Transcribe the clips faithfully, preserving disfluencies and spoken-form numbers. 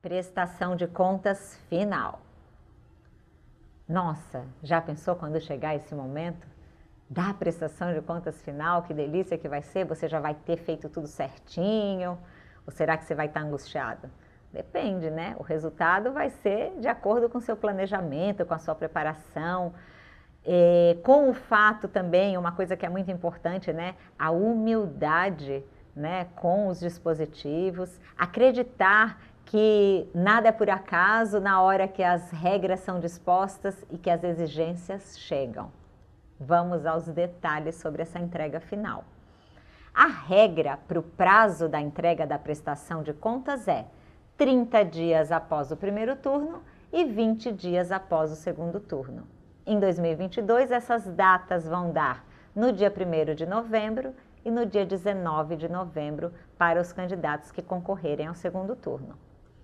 Prestação de contas final. Nossa, já pensou quando chegar esse momento da prestação de contas final? Que delícia que vai ser, você já vai ter feito tudo certinho? Ou será que você vai estar angustiado? Depende, né? O resultado vai ser de acordo com o seu planejamento, com a sua preparação, é, com o fato também, uma coisa que é muito importante, né? A humildade, né? Com os dispositivos, acreditar que nada é por acaso na hora que as regras são dispostas e que as exigências chegam. Vamos aos detalhes sobre essa entrega final. A regra para o prazo da entrega da prestação de contas é trinta dias após o primeiro turno e vinte dias após o segundo turno. Em dois mil e vinte e dois, essas datas vão dar no dia primeiro de novembro e no dia dezenove de novembro para os candidatos que concorrerem ao segundo turno.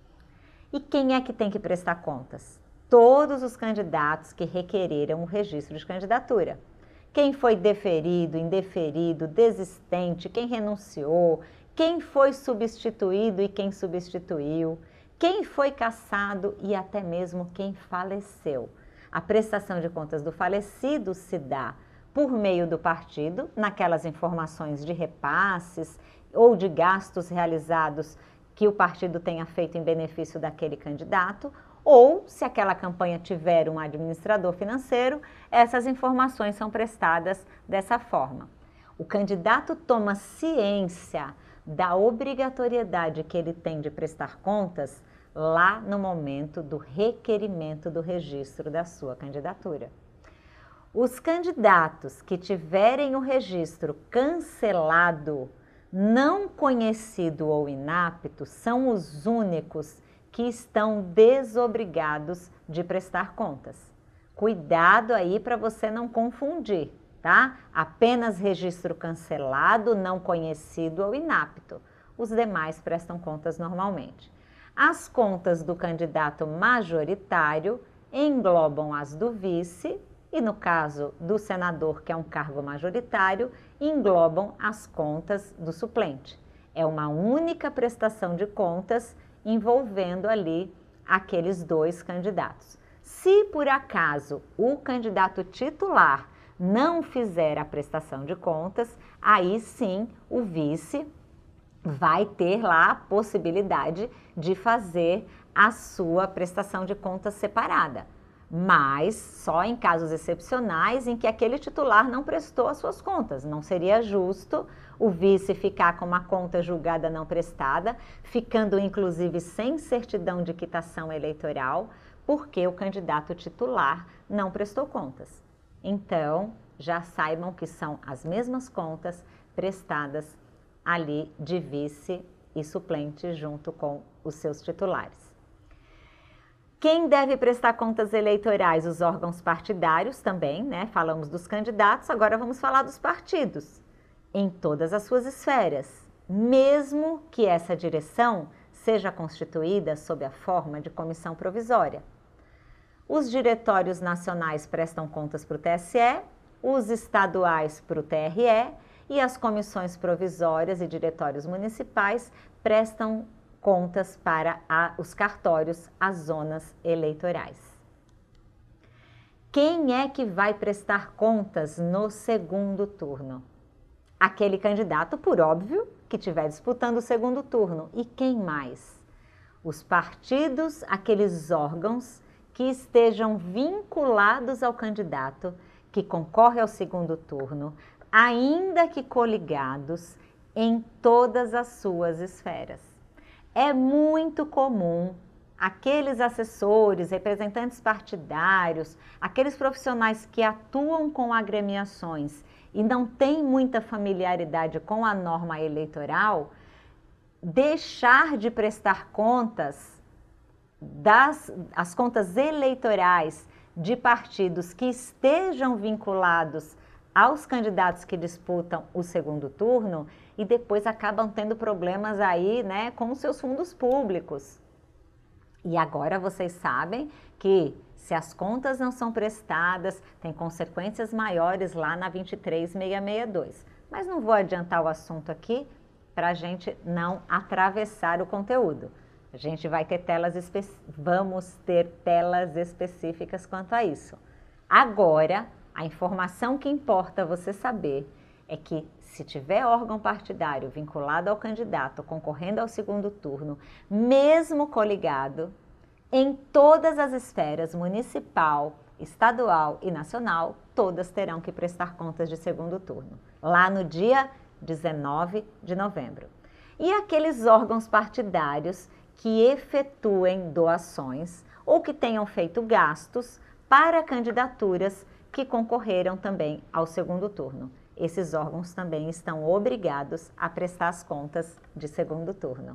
E quem é que tem que prestar contas? Todos os candidatos que requereram o registro de candidatura. Quem foi deferido, indeferido, desistente, quem renunciou, quem foi substituído e quem substituiu, quem foi cassado e até mesmo quem faleceu. A prestação de contas do falecido se dá por meio do partido, naquelas informações de repasses ou de gastos realizados que o partido tenha feito em benefício daquele candidato, ou, se aquela campanha tiver um administrador financeiro, essas informações são prestadas dessa forma. O candidato toma ciência da obrigatoriedade que ele tem de prestar contas lá no momento do requerimento do registro da sua candidatura. Os candidatos que tiverem o registro cancelado, não conhecido ou inapto, são os únicos que estão desobrigados de prestar contas. Cuidado aí para você não confundir, tá? Apenas registro cancelado, não conhecido ou inapto. Os demais prestam contas normalmente. As contas do candidato majoritário englobam as do vice e, no caso do senador, que é um cargo majoritário, englobam as contas do suplente. É uma única prestação de contas envolvendo ali aqueles dois candidatos. Se por acaso o candidato titular não fizer a prestação de contas, aí sim o vice vai ter lá a possibilidade de fazer a sua prestação de contas separada, mas só em casos excepcionais em que aquele titular não prestou as suas contas. Não seria justo o vice ficar com uma conta julgada não prestada, ficando inclusive sem certidão de quitação eleitoral, porque o candidato titular não prestou contas. Então, já saibam que são as mesmas contas prestadas ali de vice e suplente junto com os seus titulares. Quem deve prestar contas eleitorais? Os órgãos partidários também, né? Falamos dos candidatos, agora vamos falar dos partidos, em todas as suas esferas, mesmo que essa direção seja constituída sob a forma de comissão provisória. Os diretórios nacionais prestam contas para o T S E, os estaduais para o T R E e as comissões provisórias e diretórios municipais prestam contas para a, os cartórios, as zonas eleitorais. Quem é que vai prestar contas no segundo turno? Aquele candidato, por óbvio, que estiver disputando o segundo turno. E quem mais? Os partidos, aqueles órgãos que estejam vinculados ao candidato que concorre ao segundo turno, ainda que coligados em todas as suas esferas. É muito comum aqueles assessores, representantes partidários, aqueles profissionais que atuam com agremiações e não têm muita familiaridade com a norma eleitoral, deixar de prestar contas, das, as contas eleitorais de partidos que estejam vinculados aos candidatos que disputam o segundo turno e depois acabam tendo problemas aí, né, com os seus fundos públicos. E agora vocês sabem que se as contas não são prestadas, tem consequências maiores lá na vinte e três mil seiscentos e sessenta e dois. Mas não vou adiantar o assunto aqui para a gente não atravessar o conteúdo. A gente vai ter telas, espe... vamos ter telas específicas quanto a isso. Agora, a informação que importa você saber é que se tiver órgão partidário vinculado ao candidato concorrendo ao segundo turno, mesmo coligado, em todas as esferas, municipal, estadual e nacional, todas terão que prestar contas de segundo turno, lá no dia dezenove de novembro. E aqueles órgãos partidários que efetuem doações ou que tenham feito gastos para candidaturas que concorreram também ao segundo turno. Esses órgãos também estão obrigados a prestar as contas de segundo turno.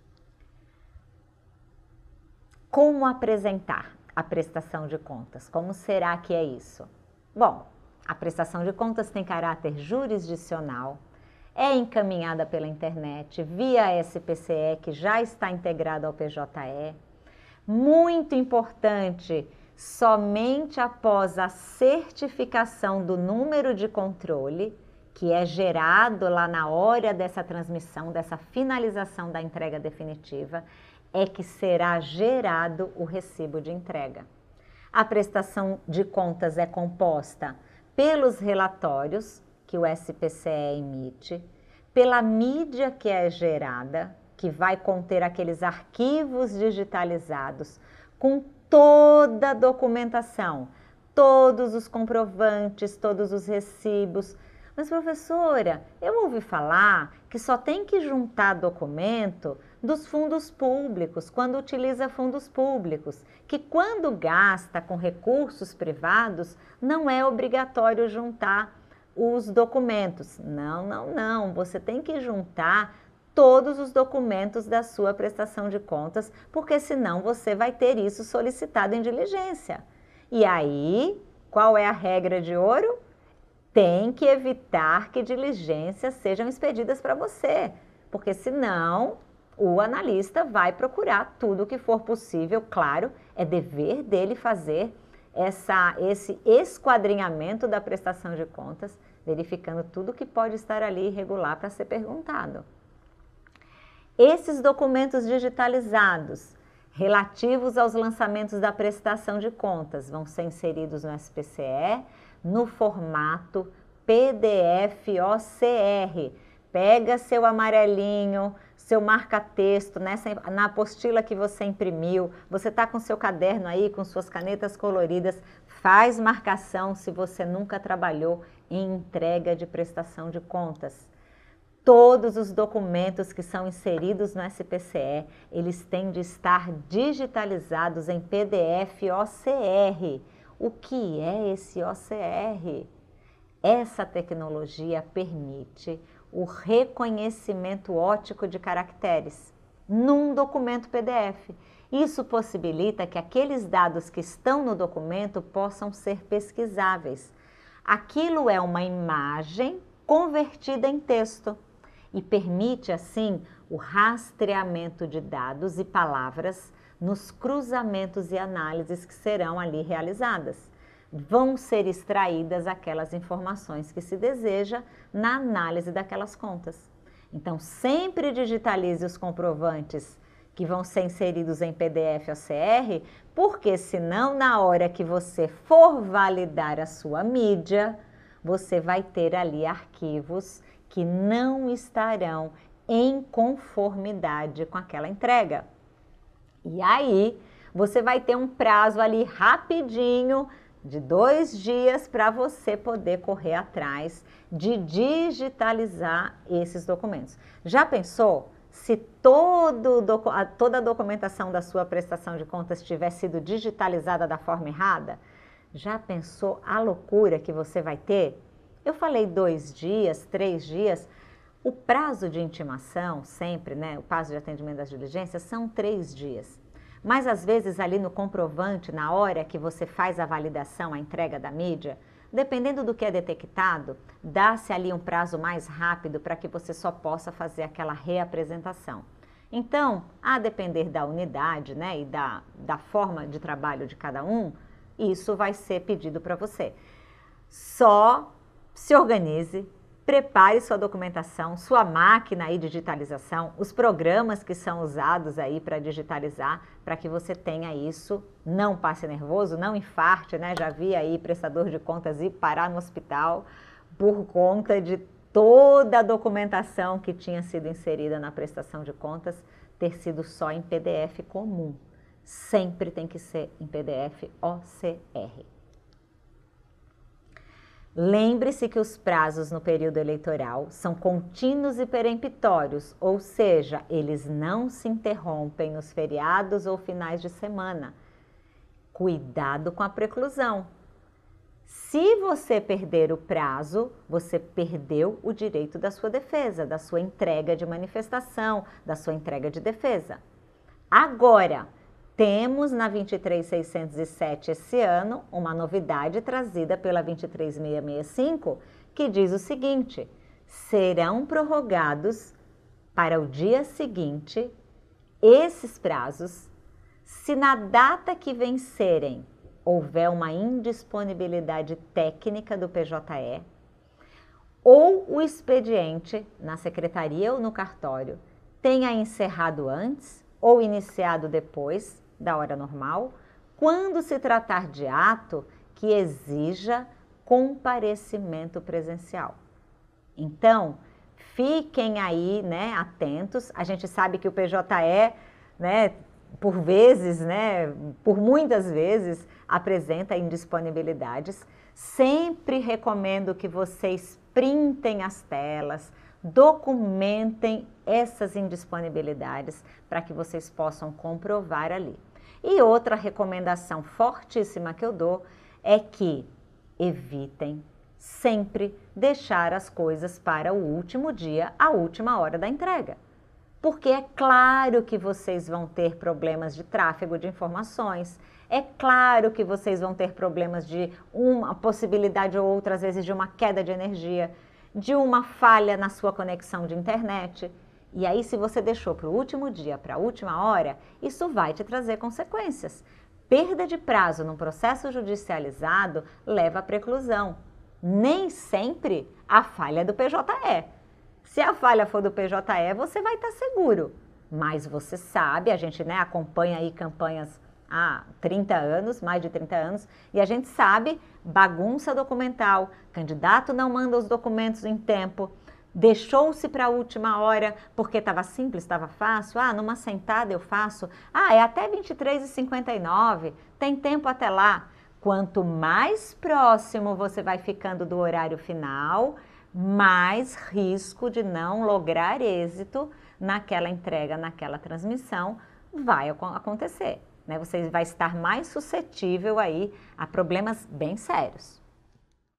Como apresentar a prestação de contas? Como será que é isso? Bom, a prestação de contas tem caráter jurisdicional, é encaminhada pela internet, via S P C E, que já está integrado ao P J E. Muito importante, somente após a certificação do número de controle, que é gerado lá na hora dessa transmissão, dessa finalização da entrega definitiva, é que será gerado o recibo de entrega. A prestação de contas é composta pelos relatórios que o S P C E emite, pela mídia que é gerada, que vai conter aqueles arquivos digitalizados com toda a documentação, todos os comprovantes, todos os recibos. Mas, professora, eu ouvi falar que só tem que juntar documento dos fundos públicos, quando utiliza fundos públicos, que quando gasta com recursos privados, não é obrigatório juntar os documentos. Não, não, não. Você tem que juntar todos os documentos da sua prestação de contas, porque senão você vai ter isso solicitado em diligência. E aí, qual é a regra de ouro? Tem que evitar que diligências sejam expedidas para você, porque senão o analista vai procurar tudo o que for possível. Claro, é dever dele fazer essa, esse esquadrinhamento da prestação de contas, verificando tudo que pode estar ali irregular para ser perguntado. Esses documentos digitalizados relativos aos lançamentos da prestação de contas vão ser inseridos no S P C E no formato P D F O C R. Pega seu amarelinho, seu marca-texto, nessa, na apostila que você imprimiu, você está com seu caderno aí, com suas canetas coloridas, faz marcação se você nunca trabalhou em entrega de prestação de contas. Todos os documentos que são inseridos no S P C E, eles têm de estar digitalizados em P D F O C R. O que é esse O C R? Essa tecnologia permite o reconhecimento óptico de caracteres num documento P D F. Isso possibilita que aqueles dados que estão no documento possam ser pesquisáveis. Aquilo é uma imagem convertida em texto e permite, assim, o rastreamento de dados e palavras nos cruzamentos e análises que serão ali realizadas. Vão ser extraídas aquelas informações que se deseja na análise daquelas contas. Então, sempre digitalize os comprovantes que vão ser inseridos em P D F ou C R, porque senão, na hora que você for validar a sua mídia, você vai ter ali arquivos que não estarão em conformidade com aquela entrega. E aí, você vai ter um prazo ali rapidinho, de dois dias, para você poder correr atrás de digitalizar esses documentos. Já pensou se todo, toda a documentação da sua prestação de contas tiver sido digitalizada da forma errada? Já pensou a loucura que você vai ter? Eu falei dois dias, três dias. O prazo de intimação, sempre, né? O prazo de atendimento das diligências são três dias. Mas às vezes ali no comprovante, na hora que você faz a validação, a entrega da mídia, dependendo do que é detectado, dá-se ali um prazo mais rápido para que você só possa fazer aquela reapresentação. Então, a depender da unidade, né, e da, da forma de trabalho de cada um, isso vai ser pedido para você. Só se organize, prepare sua documentação, sua máquina aí de digitalização, os programas que são usados aí para digitalizar, para que você tenha isso, não passe nervoso, não infarte, né? Já vi aí prestador de contas ir parar no hospital por conta de toda a documentação que tinha sido inserida na prestação de contas ter sido só em P D F comum. Sempre tem que ser em P D F O C R. Lembre-se que os prazos no período eleitoral são contínuos e peremptórios, ou seja, eles não se interrompem nos feriados ou finais de semana. Cuidado com a preclusão. Se você perder o prazo, você perdeu o direito da sua defesa, da sua entrega de manifestação, da sua entrega de defesa. Agora, temos na vinte e três mil seiscentos e sete esse ano uma novidade trazida pela vinte e três mil seiscentos e sessenta e cinco que diz o seguinte: serão prorrogados para o dia seguinte esses prazos se na data que vencerem houver uma indisponibilidade técnica do P J E ou o expediente na secretaria ou no cartório tenha encerrado antes ou iniciado depois da hora normal, quando se tratar de ato que exija comparecimento presencial. Então, fiquem aí, né, atentos. A gente sabe que o P J E, né, por vezes, né, por muitas vezes, apresenta indisponibilidades. Sempre recomendo que vocês printem as telas, documentem essas indisponibilidades para que vocês possam comprovar ali. E outra recomendação fortíssima que eu dou é que evitem sempre deixar as coisas para o último dia, a última hora da entrega. Porque é claro que vocês vão ter problemas de tráfego de informações, é claro que vocês vão ter problemas de uma possibilidade ou outra, às vezes, de uma queda de energia, de uma falha na sua conexão de internet. E aí, se você deixou para o último dia, para a última hora, isso vai te trazer consequências. Perda de prazo num processo judicializado leva à preclusão. Nem sempre a falha é do P J E. Se a falha for do P J E, você vai estar seguro. Mas você sabe, a gente, né, acompanha aí campanhas há trinta anos, mais de trinta anos, e a gente sabe, bagunça documental, candidato não manda os documentos em tempo, deixou-se para a última hora porque estava simples, estava fácil, ah, numa sentada eu faço, ah, é até vinte e três e cinquenta e nove, tem tempo até lá. Quanto mais próximo você vai ficando do horário final, mais risco de não lograr êxito naquela entrega, naquela transmissão vai acontecer, né? Você vai estar mais suscetível aí a problemas bem sérios.